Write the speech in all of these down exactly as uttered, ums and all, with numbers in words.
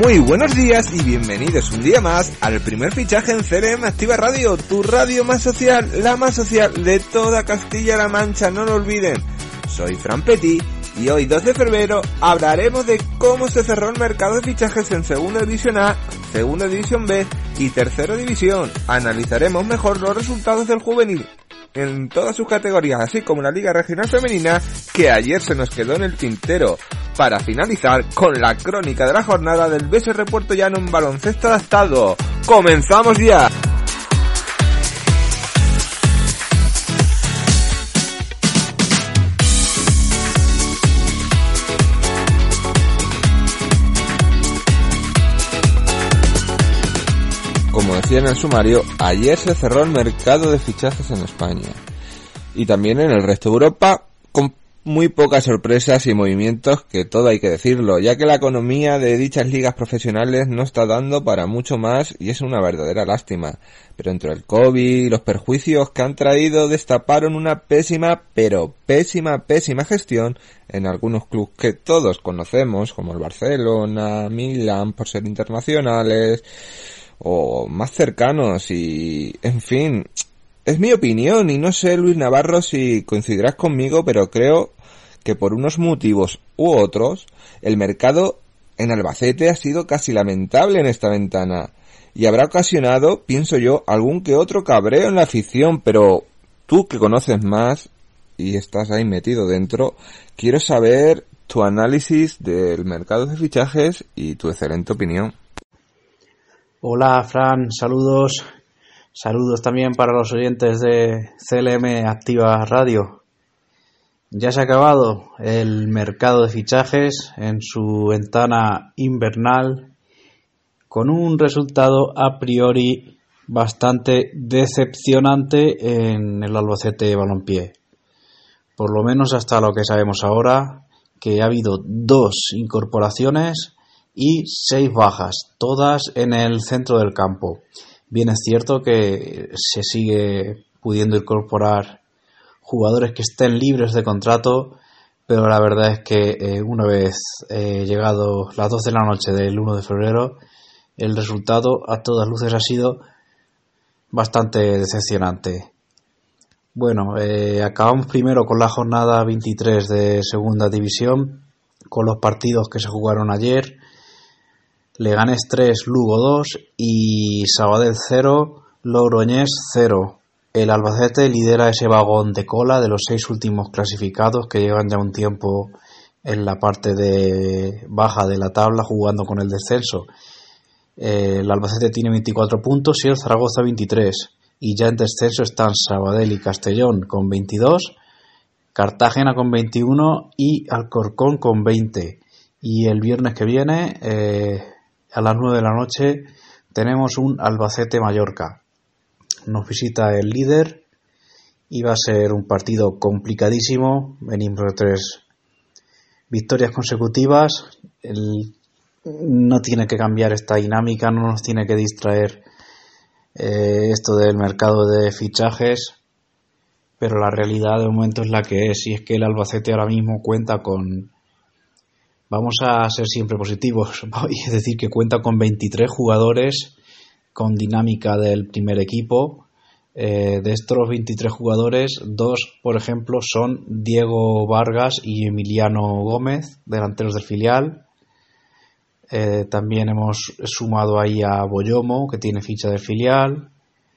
Muy buenos días y bienvenidos un día más al primer fichaje en C L M Activa Radio, tu radio más social, la más social de toda Castilla-La Mancha, no lo olviden. Soy Fran Petit y hoy dos de febrero hablaremos de cómo se cerró el mercado de fichajes en Segunda División A, Segunda División B y Tercera División. Analizaremos mejor los resultados del juvenil en todas sus categorías, así como la Liga Regional Femenina, que ayer se nos quedó en el tintero, para finalizar con la crónica de la jornada del B S R Puerto Llano en baloncesto adaptado. ¡Comenzamos ya! Como decía en el sumario, ayer se cerró el mercado de fichajes en España y también en el resto de Europa, con muy pocas sorpresas y movimientos, que todo hay que decirlo, ya que la economía de dichas ligas profesionales no está dando para mucho más y es una verdadera lástima. Pero entre el COVID y los perjuicios que han traído, destaparon una pésima, pero pésima, pésima gestión en algunos clubes que todos conocemos, como el Barcelona, Milan, por ser internacionales, o más cercanos, y en fin, es mi opinión y no sé, Luis Navarro, si coincidirás conmigo, pero creo que por unos motivos u otros el mercado en Albacete ha sido casi lamentable en esta ventana y habrá ocasionado, pienso yo, algún que otro cabreo en la afición. Pero tú, que conoces más y estás ahí metido dentro, quiero saber tu análisis del mercado de fichajes y tu excelente opinión. Hola Fran, saludos, saludos también para los oyentes de C L M Activa Radio. Ya se ha acabado el mercado de fichajes en su ventana invernal, con un resultado a priori bastante decepcionante en el Albacete Balompié. Por lo menos hasta lo que sabemos ahora, que ha habido dos incorporaciones y seis bajas, todas en el centro del campo. Bien es cierto que se sigue pudiendo incorporar jugadores que estén libres de contrato, pero la verdad es que eh, una vez eh, llegado las doce de la noche del uno de febrero, el resultado a todas luces ha sido bastante decepcionante. Bueno, eh, acabamos primero con la jornada veintitrés de Segunda División, con los partidos que se jugaron ayer. Leganés tres, Lugo dos y Sabadell cero, Logroñés cero. El Albacete lidera ese vagón de cola de los seis últimos clasificados que llevan ya un tiempo en la parte de baja de la tabla jugando con el descenso. El Albacete tiene veinticuatro puntos y el Zaragoza veintitrés. Y ya en descenso están Sabadell y Castellón con veintidós, Cartagena con veintiuno y Alcorcón con veinte. Y el viernes que viene, eh, a las nueve de la noche, tenemos un Albacete-Mallorca. Nos visita el líder y va a ser un partido complicadísimo. Venimos de tres victorias consecutivas. El, no tiene que cambiar esta dinámica, no nos tiene que distraer eh, esto del mercado de fichajes, pero la realidad de momento es la que es, y es que el Albacete ahora mismo cuenta con... Vamos a ser siempre positivos, es decir, que cuenta con veintitrés jugadores con dinámica del primer equipo. Eh, de estos veintitrés jugadores, dos, por ejemplo, son Diego Vargas y Emiliano Gómez, delanteros del filial. Eh, también hemos sumado ahí a Boyomo, que tiene ficha del filial,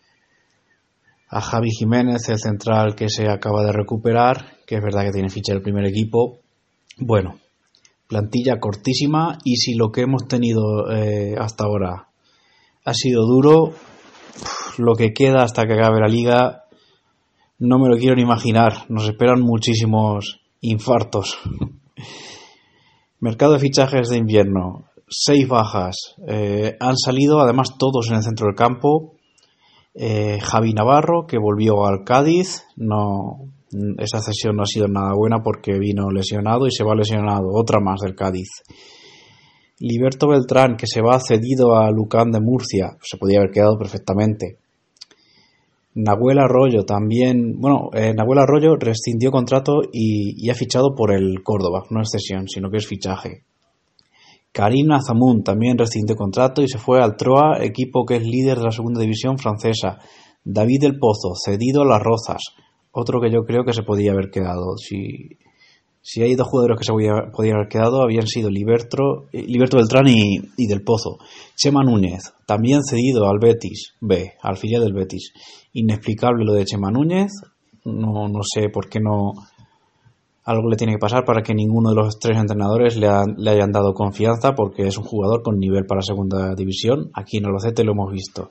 a Javi Jiménez, el central que se acaba de recuperar, que es verdad que tiene ficha del primer equipo. Bueno, plantilla cortísima, y si lo que hemos tenido eh, hasta ahora ha sido duro, lo que queda hasta que acabe la liga no me lo quiero ni imaginar. Nos esperan muchísimos infartos. Mercado de fichajes de invierno, seis bajas, eh, han salido además todos en el centro del campo. eh, Javi Navarro, que volvió al Cádiz, no... Esa cesión no ha sido nada buena porque vino lesionado y se va lesionado, otra más del Cádiz. Liberto Beltrán, que se va cedido a Lucán de Murcia, se podía haber quedado perfectamente. Nahuel Arroyo también, bueno, eh, Nahuel Arroyo rescindió contrato y, y ha fichado por el Córdoba, no es cesión, sino que es fichaje. Karim Azamoun también rescindió contrato y se fue al Troyes, equipo que es líder de la segunda división francesa. David del Pozo, cedido a las Rozas, otro que yo creo que se podía haber quedado. Si, si hay dos jugadores que se podían podía haber quedado, habían sido Liberto, Liberto Beltrán y, y del Pozo. Chema Núñez, también cedido al Betis B, al filial del Betis. Inexplicable lo de Chema Núñez, no, no sé por qué no... Algo le tiene que pasar para que ninguno de los tres entrenadores le, han, le hayan dado confianza, porque es un jugador con nivel para segunda división. Aquí en Albacete lo hemos visto.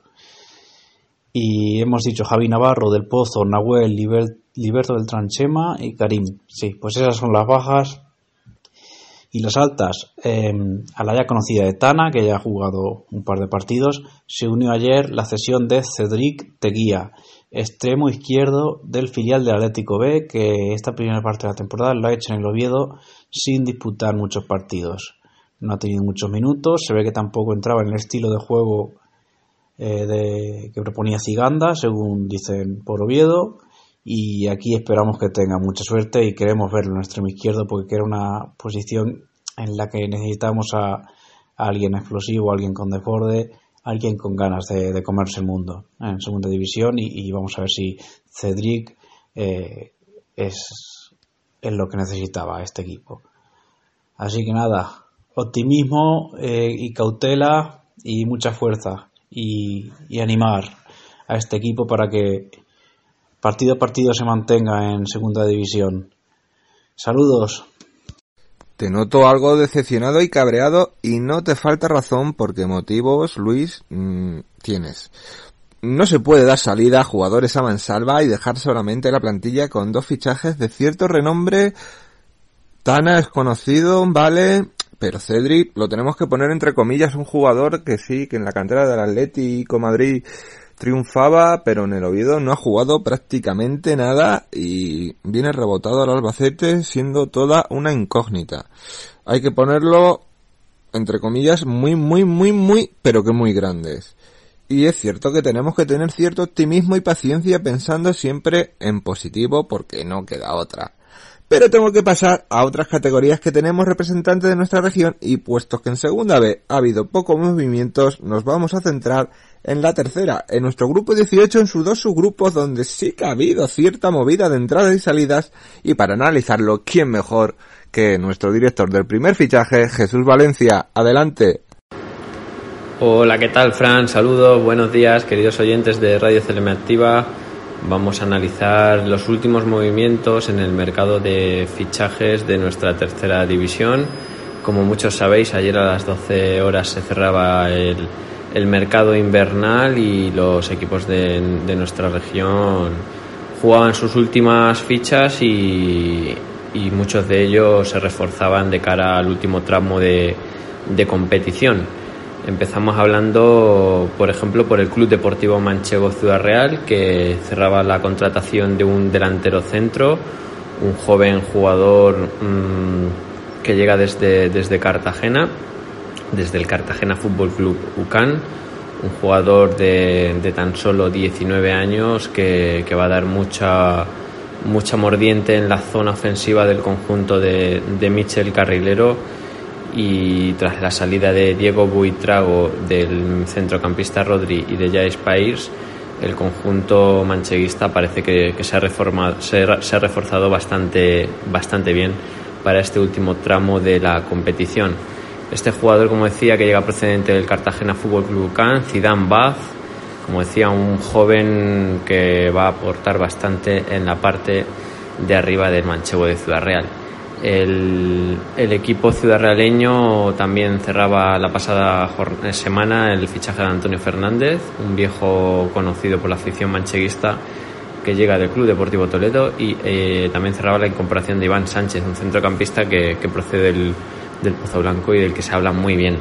Y hemos dicho Javi Navarro, del Pozo, Nahuel, Liber, Liberto Beltrán, Chema y Karim. Sí, pues esas son las bajas. Y las altas, eh, a la ya conocida de Tana, que ya ha jugado un par de partidos, se unió ayer la cesión de Cédric Teguía, extremo izquierdo del filial del Atlético B, que esta primera parte de la temporada lo ha hecho en el Oviedo sin disputar muchos partidos. No ha tenido muchos minutos, se ve que tampoco entraba en el estilo de juego eh, de, que proponía Ziganda, según dicen por Oviedo, y aquí esperamos que tenga mucha suerte y queremos verlo en el extremo izquierdo, porque era una posición en la que necesitamos a, a alguien explosivo, alguien con desborde, alguien con ganas de, de comerse el mundo en segunda división, y, y vamos a ver si Cédric eh, es, es lo que necesitaba este equipo. Así que nada, optimismo eh, y cautela y mucha fuerza y, y animar a este equipo para que partido a partido se mantenga en segunda división. Saludos. Te noto algo decepcionado y cabreado, y no te falta razón, porque motivos, Luis, mmm, tienes. No se puede dar salida a jugadores a mansalva y dejar solamente la plantilla con dos fichajes de cierto renombre. Tana es conocido, vale, pero Cédric lo tenemos que poner entre comillas, un jugador que sí, que en la cantera del Atlético Madrid triunfaba, pero en el Oviedo no ha jugado prácticamente nada y viene rebotado al Albacete siendo toda una incógnita. Hay que ponerlo entre comillas muy, muy, muy, muy, pero que muy grandes. Y es cierto que tenemos que tener cierto optimismo y paciencia pensando siempre en positivo, porque no queda otra. Pero tengo que pasar a otras categorías que tenemos representantes de nuestra región, y puesto que en segunda B ha habido pocos movimientos, nos vamos a centrar en la tercera, en nuestro grupo dieciocho, en sus dos subgrupos, donde sí que ha habido cierta movida de entradas y salidas, y para analizarlo, ¿quién mejor que nuestro director del primer fichaje, Jesús Valencia? Adelante. Hola, ¿qué tal, Fran? Saludos, buenos días, queridos oyentes de Radio C L M Activa. Vamos a analizar los últimos movimientos en el mercado de fichajes de nuestra tercera división. Como muchos sabéis, ayer a las doce horas se cerraba el, el mercado invernal y los equipos de, de nuestra región jugaban sus últimas fichas y, y muchos de ellos se reforzaban de cara al último tramo de, de competición. Empezamos hablando, por ejemplo, por el Club Deportivo Manchego Ciudad Real, que cerraba la contratación de un delantero centro, un joven jugador mmm, que llega desde, desde Cartagena, desde el Cartagena Fútbol Club U C A N, un jugador de, de tan solo diecinueve años que, que va a dar mucha, mucha mordiente en la zona ofensiva del conjunto de, de Michel Carrilero. Y tras la salida de Diego Buitrago, del centrocampista Rodri y de Jais Pairs, el conjunto mancheguista parece que, que se, ha reformado, se, se ha reforzado bastante, bastante bien para este último tramo de la competición. Este jugador, como decía, que llega procedente del Cartagena Fútbol Club U C A N, Zidane Baz, como decía, un joven que va a aportar bastante en la parte de arriba del manchego de Ciudad Real. El, el equipo ciudadrealeño también cerraba la pasada jornada, semana el fichaje de Antonio Fernández, un viejo conocido por la afición mancheguista que llega del Club Deportivo Toledo, y eh, también cerraba la incorporación de Iván Sánchez, un centrocampista que, que procede del, del Pozo Blanco y del que se habla muy bien.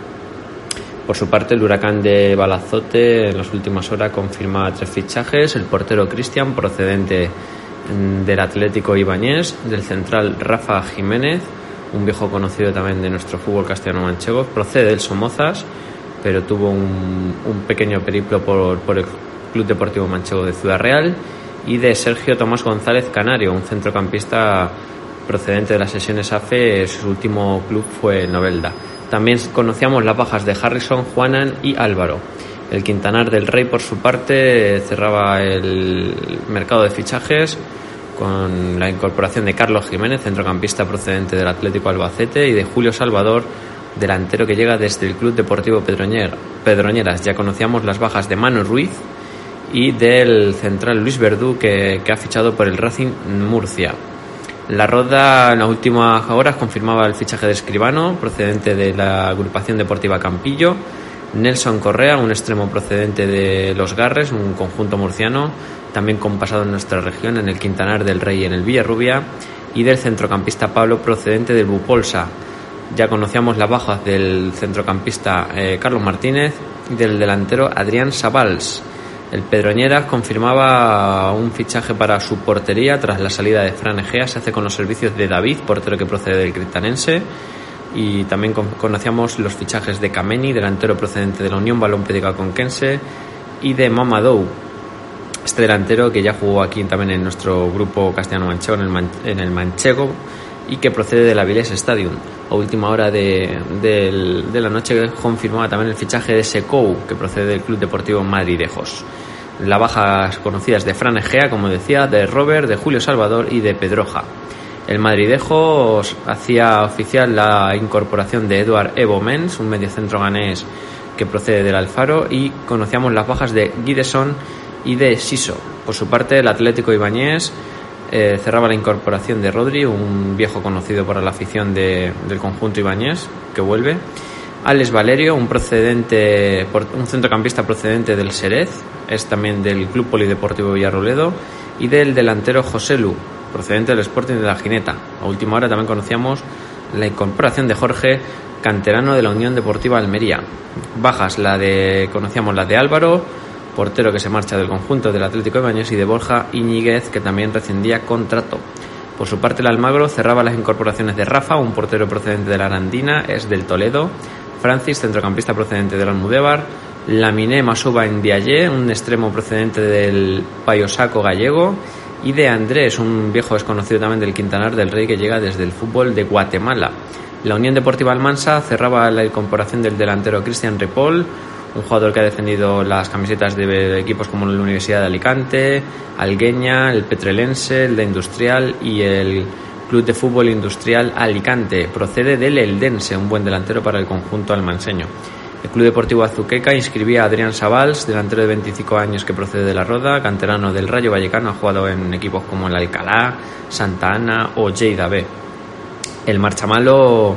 Por su parte, el Huracán de Balazote en las últimas horas confirma tres fichajes: el portero Cristian, procedente del Atlético Ibáñez, del central Rafa Jiménez, un viejo conocido también de nuestro fútbol castellano manchego, procede del Somozas, pero tuvo un, un pequeño periplo por, por el Club Deportivo Manchego de Ciudad Real, y de Sergio Tomás González Canario, un centrocampista procedente de las sesiones A F E. Su último club fue Novelda. También conocíamos las bajas de Harrison, Juanan y Álvaro. El Quintanar del Rey, por su parte, cerraba el mercado de fichajes con la incorporación de Carlos Jiménez, centrocampista procedente del Atlético Albacete, y de Julio Salvador, delantero que llega desde el Club Deportivo Pedroñeras. Ya conocíamos las bajas de Manu Ruiz y del central Luis Verdú, que, que ha fichado por el Racing Murcia. La Roda en las últimas horas confirmaba el fichaje de Escribano, procedente de la agrupación deportiva Campillo, Nelson Correa, un extremo procedente de Los Garres, un conjunto murciano, también con pasado en nuestra región, en el Quintanar del Rey y en el Villarrubia, y del centrocampista Pablo, procedente del Bupolsa. Ya conocíamos las bajas del centrocampista eh, Carlos Martínez y del delantero Adrián Savals. El Pedroñeras confirmaba un fichaje para su portería tras la salida de Fran Egea. Se hace con los servicios de David, portero que procede del Cristanense. Y también conocíamos los fichajes de Kameni, delantero procedente de la Unión Balompédica Conquense, y de Mamadou, este delantero que ya jugó aquí también en nuestro grupo castellano-manchego, en el, Man- en el Manchego, y que procede del Avilés Stadium. A última hora de, de, de la noche confirmaba también el fichaje de Secou, que procede del Club Deportivo Madridejos. Las bajas conocidas de Fran Egea, como decía, de Robert, de Julio Salvador y de Pedroja. El Madridejos hacía oficial la incorporación de Eduard Evo Mens, un mediocentro ganés que procede del Alfaro, y conocíamos las bajas de Gideson y de Siso. Por su parte, el Atlético Ibáñez eh, cerraba la incorporación de Rodri, un viejo conocido para la afición de, del conjunto Ibáñez, que vuelve. Alex Valerio, un procedente, un centrocampista procedente del Xerez, es también del Club Polideportivo Villarroledo, y del delantero José Lu, procedente del Sporting de la Gineta. A última hora también conocíamos la incorporación de Jorge, canterano de la Unión Deportiva Almería. Bajas, la de conocíamos la de Álvaro, portero que se marcha del conjunto del Atlético de Baños, y de Borja Iñiguez, que también rescindía contrato. Por su parte, el Almagro cerraba las incorporaciones de Rafa, un portero procedente de la Arandina, es del Toledo, Francis, centrocampista procedente del Almudévar, Laminé Masuba Ndiaye, un extremo procedente del Payosaco gallego, y de Andrés, un viejo desconocido también del Quintanar del Rey, que llega desde el fútbol de Guatemala. La Unión Deportiva Almansa cerraba la incorporación del delantero Cristian Ripoll, un jugador que ha defendido las camisetas de equipos como la Universidad de Alicante, Algueña, el Petrelense, el de Industrial y el Club de Fútbol Industrial Alicante. Procede del Eldense, un buen delantero para el conjunto almanseño. El Club Deportivo Azuqueca inscribía a Adrián Savals, delantero de veinticinco años que procede de La Roda, canterano del Rayo Vallecano, ha jugado en equipos como el Alcalá, Santa Ana o Lleida B. El Marchamalo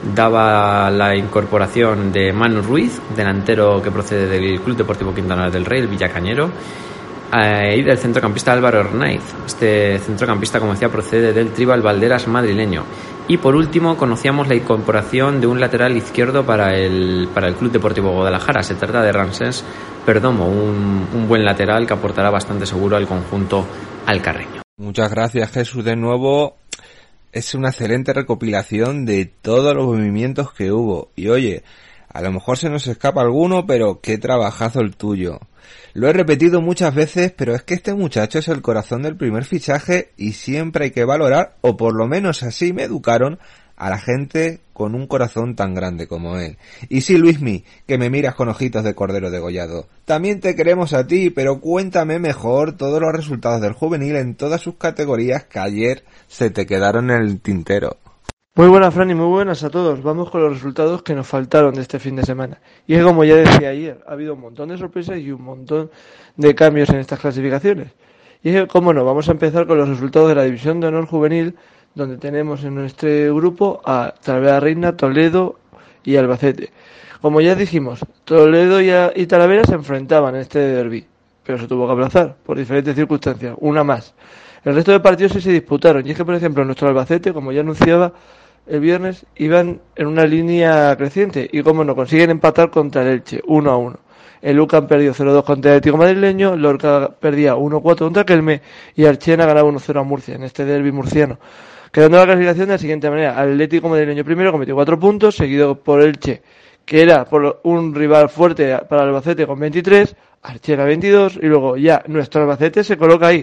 daba la incorporación de Manu Ruiz, delantero que procede del Club Deportivo Quintanar del Rey, el Villacañero, eh, y del centrocampista Álvaro Hernáiz. Este centrocampista, como decía, procede del Tribal Valderas madrileño. Y por último conocíamos la incorporación de un lateral izquierdo para el, para el Club Deportivo Guadalajara. Se trata de Ramsés Perdomo, un, un buen lateral que aportará bastante seguro al conjunto alcarreño. Muchas gracias, Jesús. De nuevo, es una excelente recopilación de todos los movimientos que hubo. Y oye, a lo mejor se nos escapa alguno, pero qué trabajazo el tuyo. Lo he repetido muchas veces, pero es que este muchacho es el corazón del primer fichaje y siempre hay que valorar, o por lo menos así me educaron, a la gente con un corazón tan grande como él. Y sí, Luismi, que me miras con ojitos de cordero degollado. También te queremos a ti, pero cuéntame mejor todos los resultados del juvenil en todas sus categorías que ayer se te quedaron en el tintero. Muy buenas, Fran, y muy buenas a todos. Vamos con los resultados que nos faltaron de este fin de semana. Y es como ya decía ayer, ha habido un montón de sorpresas y un montón de cambios en estas clasificaciones. Y es que, cómo no, vamos a empezar con los resultados de la División de Honor Juvenil, donde tenemos en nuestro grupo a Talavera Reina, Toledo y Albacete. Como ya dijimos, Toledo y, a, y Talavera se enfrentaban en este derbi, pero se tuvo que aplazar por diferentes circunstancias, una más. El resto de partidos sí se disputaron, y es que, por ejemplo, nuestro Albacete, como ya anunciaba el viernes, iban en una línea creciente y, como no, consiguen empatar contra el Elche, uno a uno. El Lucan perdió cero dos contra el Atlético Madrileño, Lorca perdía uno cuatro contra Kelme y Archena ganaba uno cero a Murcia, en este derbi murciano. Quedando la clasificación de la siguiente manera: Atlético Madrileño primero con veinticuatro puntos, seguido por Elche, que era por un rival fuerte para Albacete con veintitrés, Archena veintidós, y luego ya nuestro Albacete se coloca ahí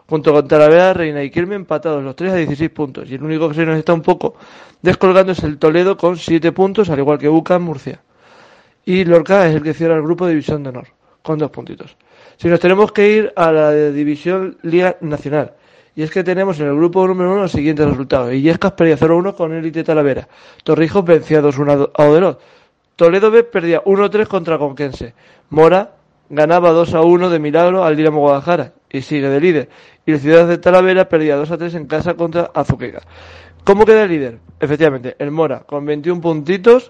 junto con Talavera, Reina y Quilmes empatados los tres a dieciséis puntos, y el único que se nos está un poco descolgando es el Toledo con siete puntos, al igual que U C A M Murcia. Y Lorca es el que cierra el grupo de División de Honor, con dos puntitos. Si nos tenemos que ir a la División Liga Nacional, y es que tenemos en el grupo número uno los siguientes resultados. Illescas perdía cero uno con Élite Talavera. Torrijos vencía dos uno a Oderot. Toledo B perdía uno tres contra Conquense. Mora ganaba dos a uno de milagro al Dinamo Guadalajara y sigue de líder. Y la Ciudad de Talavera perdía dos a tres en casa contra Azuqueca. ¿Cómo queda el líder? Efectivamente, el Mora con veintiún puntitos.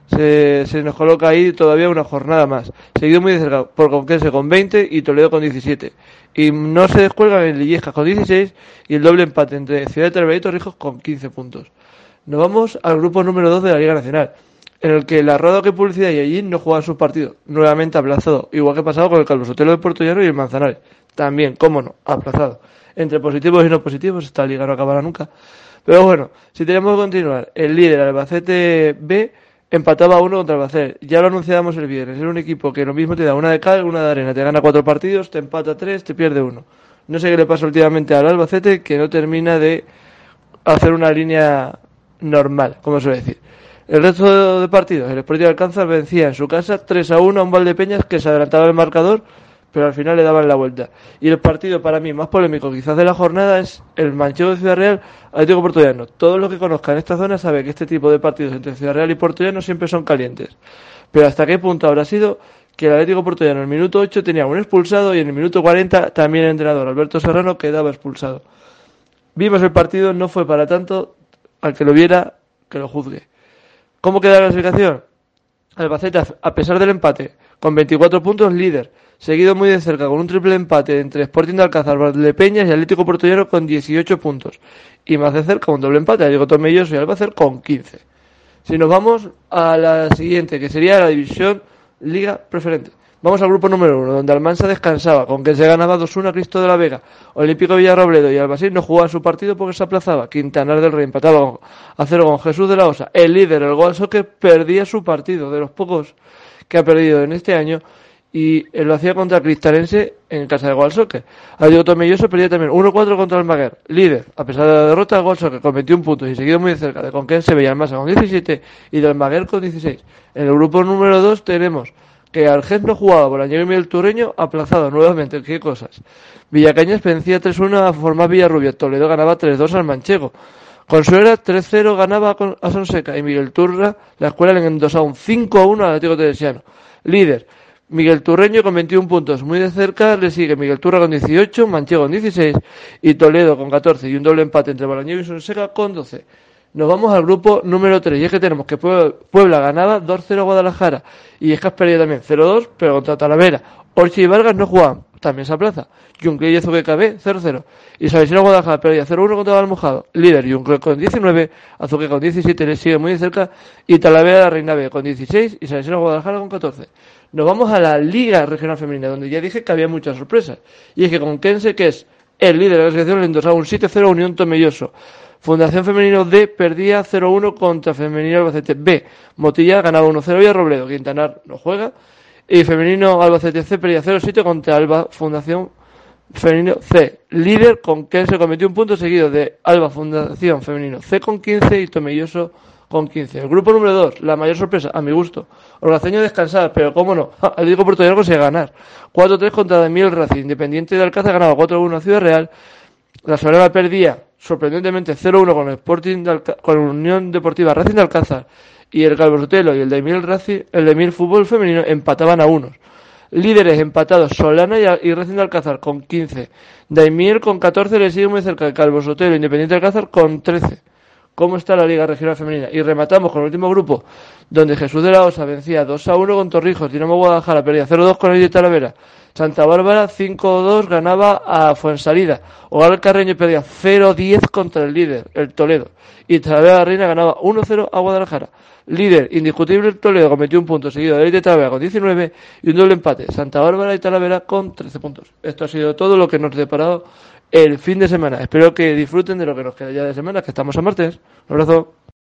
Se, se nos coloca ahí todavía una jornada más, seguido muy de cerca por Conquense con veinte y Toledo con diecisiete, y no se descuelgan el Illescas con dieciséis y el doble empate entre Ciudad de Talavera y Torrijos con quince puntos. Nos vamos al grupo número dos de la Liga Nacional, en el que la Roda que Publicidad y allí no juegan sus partidos, nuevamente aplazado, igual que pasado con el Calvo Sotelo de Puerto Llano y el Manzanares, también, cómo no, aplazado. Entre positivos y no positivos, esta liga no acabará nunca. Pero bueno, si tenemos que continuar, el líder Albacete B empataba a uno contra Albacete. Ya lo anunciábamos el viernes. Era un equipo que lo mismo te da una de cal, una de arena. Te gana cuatro partidos, te empata tres, te pierde uno. No sé qué le pasa últimamente al Albacete, que no termina de hacer una línea normal, como suele decir. El resto de partidos, el Sporting de Alcázar vencía en su casa tres a uno a un Valdepeñas que se adelantaba el marcador, pero al final le daban la vuelta. Y el partido para mí más polémico quizás de la jornada es el Manchego de Ciudad Real Atlético Puerto Llano. Todos los que conozcan esta zona saben que este tipo de partidos entre Ciudad Real y Puerto Llano siempre son calientes. Pero hasta qué punto habrá sido que el Atlético Puerto Llano en el minuto ocho tenía un expulsado y en el minuto cuarenta también el entrenador Alberto Serrano quedaba expulsado. Vimos el partido, no fue para tanto, al que lo viera que lo juzgue. ¿Cómo queda la clasificación? Albacete, a pesar del empate, con veinticuatro puntos, líder, seguido muy de cerca con un triple empate entre Sporting de Alcázar, Valdepeñas y Atlético Puerto Llano con dieciocho puntos, y más de cerca un doble empate, Diego Tomelloso y Albacete con quince. Si nos vamos a la siguiente, que sería la división Liga Preferente, vamos al grupo número uno, donde Almansa descansaba, con que se ganaba dos uno a Cristo de la Vega. Olímpico Villarrobledo y Albacete no jugaban su partido porque se aplazaba. Quintanar del Rey empataba a cero con Jesús de la Osa. El líder, el Goal Soccer, perdía su partido, de los pocos que ha perdido en este año, y lo hacía contra Cristalense en casa de Goal Soccer. Diego Tomelloso perdía también uno cuatro contra el Maguer, líder, a pesar de la derrota de Goal Soccer con veintiún puntos y seguido muy de cerca de Conquense, Villalmasa con diecisiete y del Maguer con dieciséis. En el grupo número dos tenemos que Argés no jugaba por Añego y Miguel Turreño, aplazado nuevamente, qué cosas. Villacañas vencía tres uno a Formar Villarrubia, Toledo ganaba tres dos al Manchego. Consuegra tres cero ganaba a Sonseca y Miguel Turra, la escuela le endosaba un cinco a uno al Atlético Teresiano. Líder, Miguel Turreño con veintiún puntos, muy de cerca le sigue Miguel Turra con dieciocho, Manchego con dieciséis y Toledo con catorce y un doble empate entre Balañego y Sonseca con doce. Nos vamos al grupo número tres, y es que tenemos que Puebla ganaba dos cero a Guadalajara, y Illescas perdía también cero dos, pero contra Talavera. Orchi y Vargas no jugaban, también se aplaza. Juncle y Azuqueca B, cero cero. Y Salesino Guadalajara perdía cero uno contra Valmojado. Líder Juncle con diecinueve, Azuqueca con diecisiete, le sigue muy de cerca, y Talavera la Reina B con dieciséis, y Salesino Guadalajara con catorce. Nos vamos a la Liga Regional Femenina, donde ya dije que había muchas sorpresas. Y es que Conquense, que es el líder de la clasificación, le endosaba un siete cero a Unión Tomelloso. Fundación Femenino D perdía cero uno contra Femenino Albacete B. Motilla ganaba uno cero y a Robledo. Quintanar no juega. Y Femenino Albacete C perdía cero siete contra Alba Fundación Femenino C. Líder con que se cometió un punto seguido de Alba Fundación Femenino C con quince y Tomelloso con quince. El grupo número dos, la mayor sorpresa, a mi gusto. Orgaceño descansar, pero cómo no. Atlético Puerto Llano consigue ganar. cuatro tres contra Damiel Racing. Independiente de Alcázar ganaba cuatro uno a Ciudad Real. La Solera perdía sorprendentemente cero uno con el Sporting de Alca- con Unión Deportiva Racing de Alcázar, y el Calvo Sotelo y el de Emil Racing, el de Emil Fútbol Femenino empataban a unos. Líderes empatados Solana y, a- y Racing de Alcázar con quince. Daimiel con catorce le sigue muy cerca el Calvo Sotelo, Independiente de Alcázar con trece. ¿Cómo está la Liga Regional Femenina? Y rematamos con el último grupo, donde Jesús de la Osa vencía dos a uno con Torrijos, Dinamo Guadalajara perdía cero dos con el de Talavera, Santa Bárbara cinco dos ganaba a Fuensalida, Hogar Carreño perdía cero diez contra el líder, el Toledo, y Talavera la Reina ganaba uno cero a Guadalajara. Líder indiscutible el Toledo con veintiún puntos, seguido de Talavera con diecinueve y un doble empate, Santa Bárbara y Talavera con trece puntos. Esto ha sido todo lo que nos ha deparado el fin de semana. Espero que disfruten de lo que nos queda ya de semana, que estamos a martes. Un abrazo.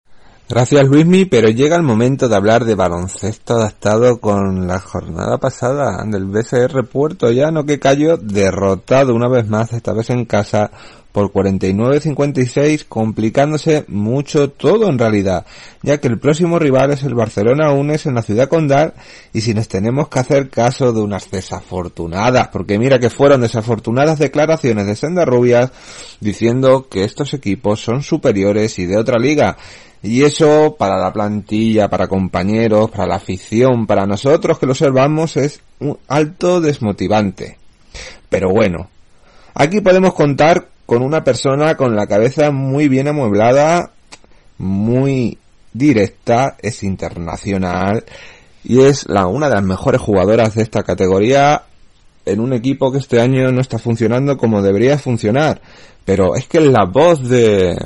Gracias, Luismi, pero llega el momento de hablar de baloncesto adaptado con la jornada pasada del B S R Puerto Llano, que cayó derrotado una vez más, esta vez en casa, por cuarenta y nueve a cincuenta y seis, complicándose mucho todo en realidad, ya que el próximo rival es el Barcelona U N E S en la ciudad condal, y si nos tenemos que hacer caso de unas desafortunadas, porque mira que fueron desafortunadas declaraciones de Sendarrubias diciendo que estos equipos son superiores y de otra liga. Y eso para la plantilla, para compañeros, para la afición, para nosotros que lo observamos es un alto desmotivante. Pero bueno, aquí podemos contar con una persona con la cabeza muy bien amueblada, muy directa, es internacional y es la una de las mejores jugadoras de esta categoría en un equipo que este año no está funcionando como debería funcionar. Pero es que es la voz de...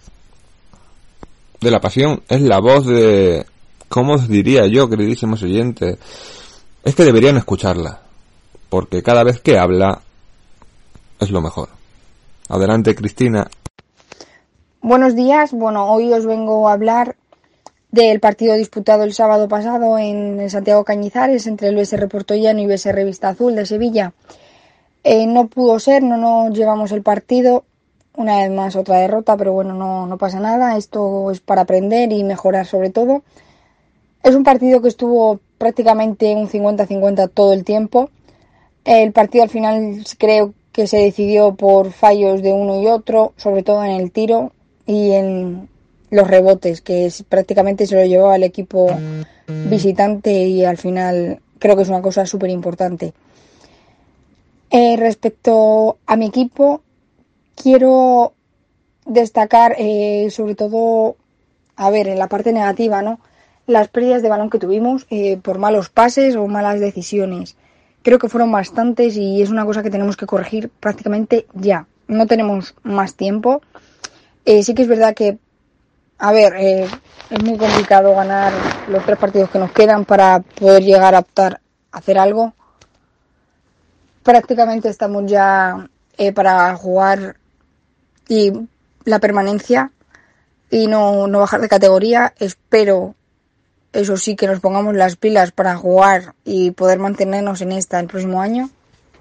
de la pasión, es la voz de... ¿cómo os diría yo, queridísimos oyentes? Es que deberían escucharla, porque cada vez que habla es lo mejor. Adelante, Cristina. Buenos días. Bueno, hoy os vengo a hablar del partido disputado el sábado pasado en el Santiago Cañizares entre el B S R Puerto Llano y B S R Vista Azul de Sevilla. Eh, no pudo ser, no nos llevamos el partido. Una vez más otra derrota, pero bueno, no, no pasa nada. Esto es para aprender y mejorar sobre todo. Es un partido que estuvo prácticamente un cincuenta cincuenta todo el tiempo. El partido al final creo que se decidió por fallos de uno y otro, sobre todo en el tiro y en los rebotes, que es, prácticamente se lo llevaba el equipo visitante y al final creo que es una cosa súper importante. Eh, respecto a mi equipo, quiero destacar eh, sobre todo, a ver, en la parte negativa, ¿no? Las pérdidas de balón que tuvimos eh, por malos pases o malas decisiones. Creo que fueron bastantes y es una cosa que tenemos que corregir prácticamente ya. No tenemos más tiempo. Eh, sí que es verdad que, a ver, eh, es muy complicado ganar los tres partidos que nos quedan para poder llegar a optar a hacer algo. Prácticamente estamos ya eh, para jugar y la permanencia y no, no bajar de categoría. Espero, eso sí, que nos pongamos las pilas para jugar y poder mantenernos en esta el próximo año.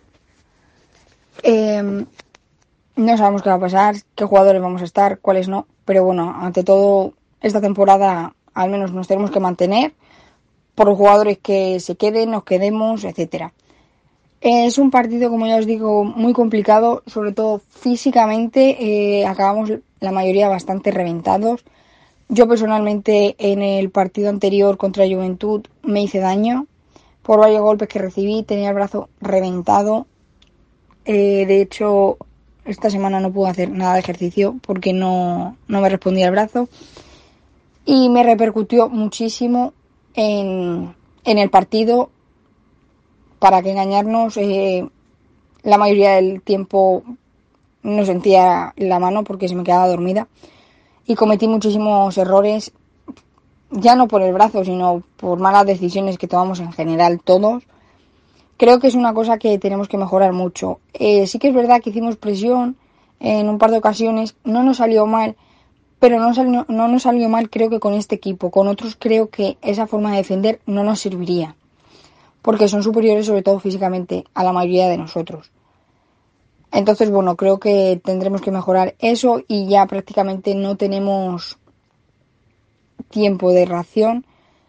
Eh, no sabemos qué va a pasar, qué jugadores vamos a estar, cuáles no, pero bueno, ante todo, esta temporada al menos nos tenemos que mantener por los jugadores que se queden, nos quedemos, etcétera. Es un partido, como ya os digo, muy complicado, sobre todo físicamente. Eh, acabamos la mayoría bastante reventados. Yo personalmente en el partido anterior contra Juventud me hice daño por varios golpes que recibí, tenía el brazo reventado. Eh, de hecho, esta semana no pude hacer nada de ejercicio porque no, no me respondía el brazo y me repercutió muchísimo en, en el partido. Para que engañarnos, eh, la mayoría del tiempo no sentía la mano porque se me quedaba dormida y cometí muchísimos errores, ya no por el brazo, sino por malas decisiones que tomamos en general todos. Creo que es una cosa que tenemos que mejorar mucho. Eh, sí que es verdad que hicimos presión en un par de ocasiones, no nos salió mal, pero no, salió, no nos salió mal creo que con este equipo. Con otros creo que esa forma de defender no nos serviría, porque son superiores sobre todo físicamente a la mayoría de nosotros. Entonces, bueno, creo que tendremos que mejorar eso y ya prácticamente no tenemos tiempo de reacción.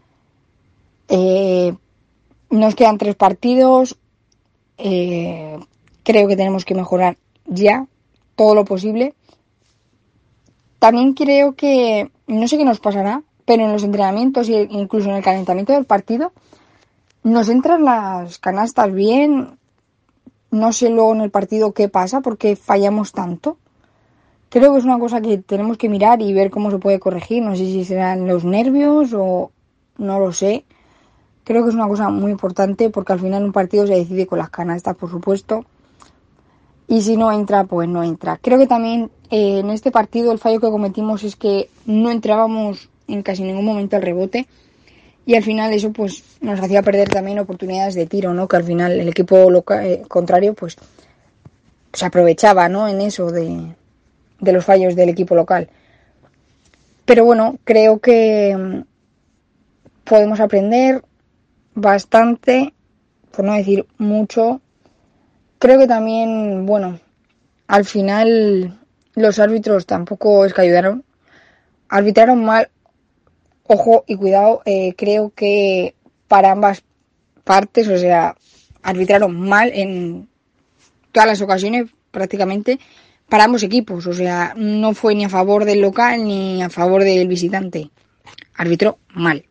Eh, nos quedan tres partidos. Eh, creo que tenemos que mejorar ya todo lo posible. También creo que, no sé qué nos pasará, pero en los entrenamientos e incluso en el calentamiento del partido nos entran las canastas bien. No sé luego en el partido qué pasa, porque fallamos tanto. Creo que es una cosa que tenemos que mirar y ver cómo se puede corregir. No sé si serán los nervios o no lo sé. Creo que es una cosa muy importante porque al final un partido se decide con las canastas, por supuesto. Y si no entra, pues no entra. Creo que también eh, en este partido el fallo que cometimos es que no entrábamos en casi ningún momento al rebote. Y al final eso pues nos hacía perder también oportunidades de tiro, ¿no? Que al final el equipo loca, eh, contrario pues se aprovechaba, ¿no? En eso de, de los fallos del equipo local. Pero bueno, creo que podemos aprender bastante, por no decir mucho. Creo que también, bueno, al final los árbitros tampoco es que ayudaron. Arbitraron mal, ojo y cuidado, eh, creo que para ambas partes, o sea, arbitraron mal en todas las ocasiones prácticamente para ambos equipos, o sea, no fue ni a favor del local ni a favor del visitante, arbitró mal.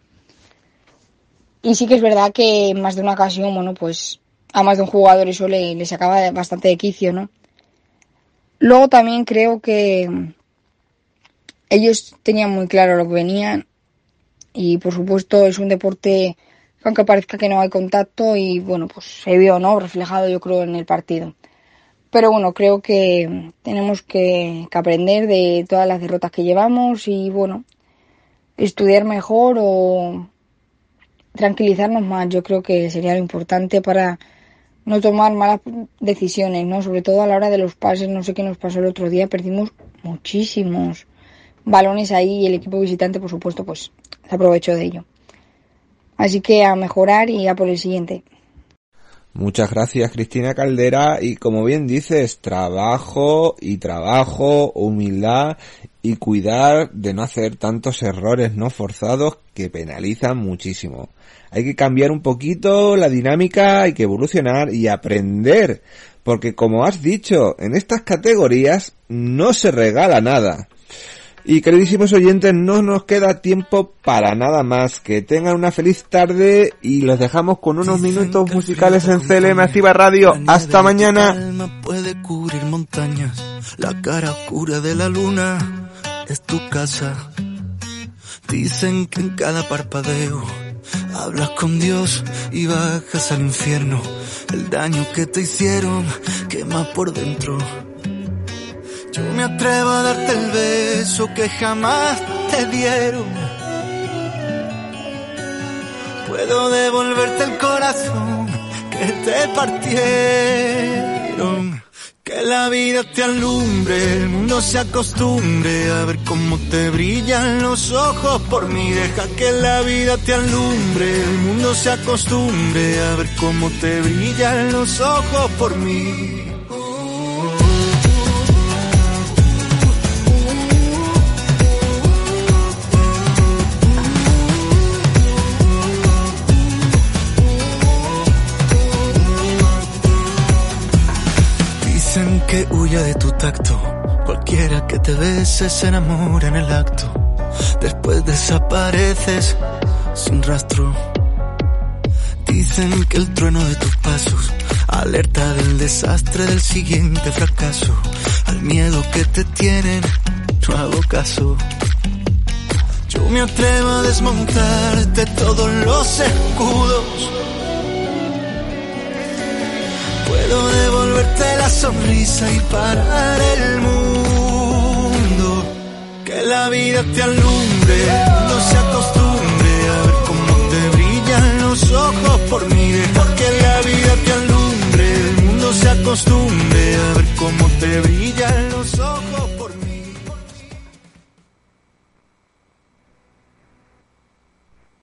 Y sí que es verdad que en más de una ocasión, bueno, pues a más de un jugador eso le, le sacaba bastante de quicio, ¿no? Luego también creo que ellos tenían muy claro lo que venían y por supuesto es un deporte que aunque parezca que no hay contacto y bueno, pues se vio, ¿no? Reflejado yo creo en el partido. Pero bueno, creo que tenemos que, que aprender de todas las derrotas que llevamos y bueno, estudiar mejor o tranquilizarnos más. Yo creo que sería lo importante para no tomar malas decisiones, ¿no? Sobre todo a la hora de los pases, no sé qué nos pasó el otro día, perdimos muchísimos balones ahí y el equipo visitante, por supuesto, pues se aprovechó de ello. Así que a mejorar y a por el siguiente. Muchas gracias, Cristina Caldera, y como bien dices, trabajo y trabajo, humildad y cuidar de no hacer tantos errores no forzados que penalizan muchísimo. Hay que cambiar un poquito la dinámica, hay que evolucionar y aprender, porque como has dicho, en estas categorías no se regala nada. Y queridísimos oyentes, no nos queda tiempo para nada más. Que tengan una feliz tarde y los dejamos con unos minutos musicales en C L M Activa Radio. Hasta mañana. El alma puede cubrir montañas, la cara oscura de la luna es tu casa. Dicen que en cada parpadeo hablas con Dios y bajas al infierno. El daño que te hicieron quema por dentro. Yo me atrevo a darte el beso que jamás te dieron. Puedo devolverte el corazón que te partieron. Que la vida te alumbre, el mundo se acostumbre a ver cómo te brillan los ojos por mí. Deja que la vida te alumbre, el mundo se acostumbre a ver cómo te brillan los ojos por mí. Que huya de tu tacto, cualquiera que te bese se enamora en el acto. Después desapareces sin rastro. Dicen que el trueno de tus pasos alerta del desastre del siguiente fracaso. Al miedo que te tienen no hago caso. Yo me atrevo a desmontarte todos los escudos. Puedo devolverte la sonrisa y parar el mundo. Que la vida te alumbre, el mundo se acostumbre a ver cómo te brillan los ojos por mí. Deja que la vida te alumbre, el mundo se acostumbre a ver cómo te brillan.